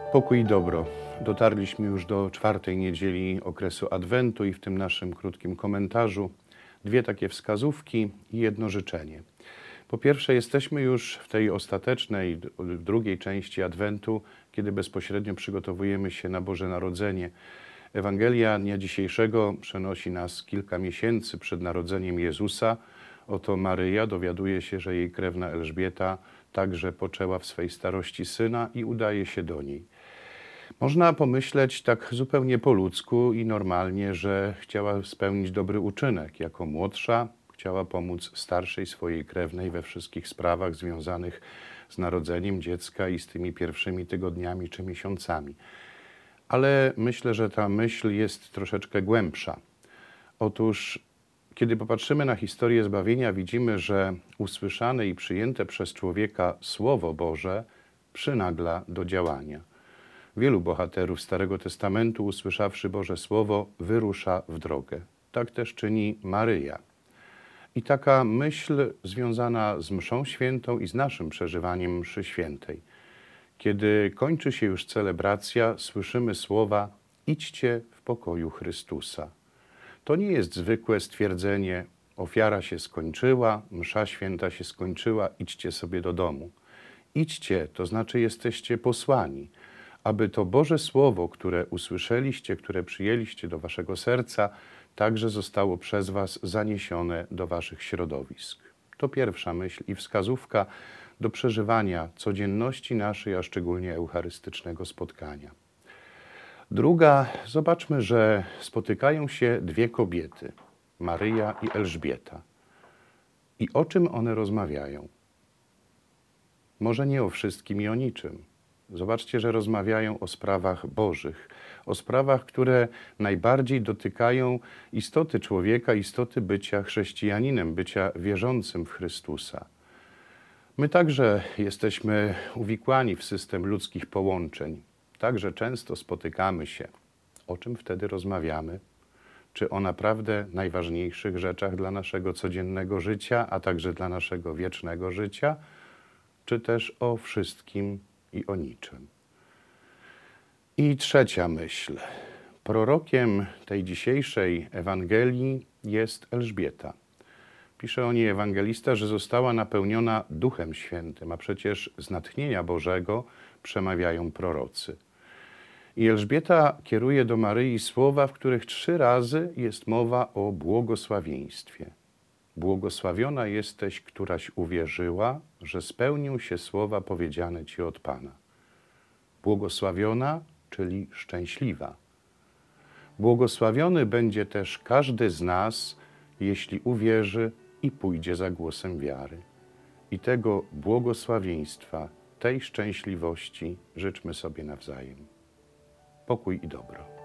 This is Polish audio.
Pokój i dobro. Dotarliśmy już do czwartej niedzieli okresu Adwentu i w tym naszym krótkim komentarzu dwie takie wskazówki i jedno życzenie. Po pierwsze, jesteśmy już w tej ostatecznej, drugiej części Adwentu, kiedy bezpośrednio przygotowujemy się na Boże Narodzenie. Ewangelia dnia dzisiejszego przenosi nas kilka miesięcy przed narodzeniem Jezusa. Oto Maryja dowiaduje się, że jej krewna Elżbieta także poczęła w swej starości syna i udaje się do niej. Można pomyśleć tak zupełnie po ludzku i normalnie, że chciała spełnić dobry uczynek. Jako młodsza chciała pomóc starszej swojej krewnej we wszystkich sprawach związanych z narodzeniem dziecka i z tymi pierwszymi tygodniami czy miesiącami. Ale myślę, że ta myśl jest troszeczkę głębsza. Otóż, kiedy popatrzymy na historię zbawienia, widzimy, że usłyszane i przyjęte przez człowieka Słowo Boże przynagla do działania. Wielu bohaterów Starego Testamentu, usłyszawszy Boże Słowo, wyrusza w drogę. Tak też czyni Maryja. I taka myśl związana z mszą świętą i z naszym przeżywaniem mszy świętej. Kiedy kończy się już celebracja, słyszymy słowa: idźcie w pokoju Chrystusa. To nie jest zwykłe stwierdzenie: ofiara się skończyła, msza święta się skończyła, idźcie sobie do domu. Idźcie, to znaczy jesteście posłani, aby to Boże Słowo, które usłyszeliście, które przyjęliście do waszego serca, także zostało przez was zaniesione do waszych środowisk. To pierwsza myśl i wskazówka do przeżywania codzienności naszej, a szczególnie eucharystycznego spotkania. Druga, zobaczmy, że spotykają się dwie kobiety, Maryja i Elżbieta. I o czym one rozmawiają? Może nie o wszystkim i o niczym. Zobaczcie, że rozmawiają o sprawach bożych, o sprawach, które najbardziej dotykają istoty człowieka, istoty bycia chrześcijaninem, bycia wierzącym w Chrystusa. My także jesteśmy uwikłani w system ludzkich połączeń. Także często spotykamy się. O czym wtedy rozmawiamy? Czy o naprawdę najważniejszych rzeczach dla naszego codziennego życia, a także dla naszego wiecznego życia? Czy też o wszystkim i o niczym? I trzecia myśl. Prorokiem tej dzisiejszej Ewangelii jest Elżbieta. Pisze o niej ewangelista, że została napełniona Duchem Świętym, a przecież z natchnienia Bożego przemawiają prorocy. I Elżbieta kieruje do Maryi słowa, w których 3 razy jest mowa o błogosławieństwie. Błogosławiona jesteś, któraś uwierzyła, że spełnią się słowa powiedziane ci od Pana. Błogosławiona, czyli szczęśliwa. Błogosławiony będzie też każdy z nas, jeśli uwierzy i pójdzie za głosem wiary. I tego błogosławieństwa, tej szczęśliwości życzmy sobie nawzajem. Pokój i dobro.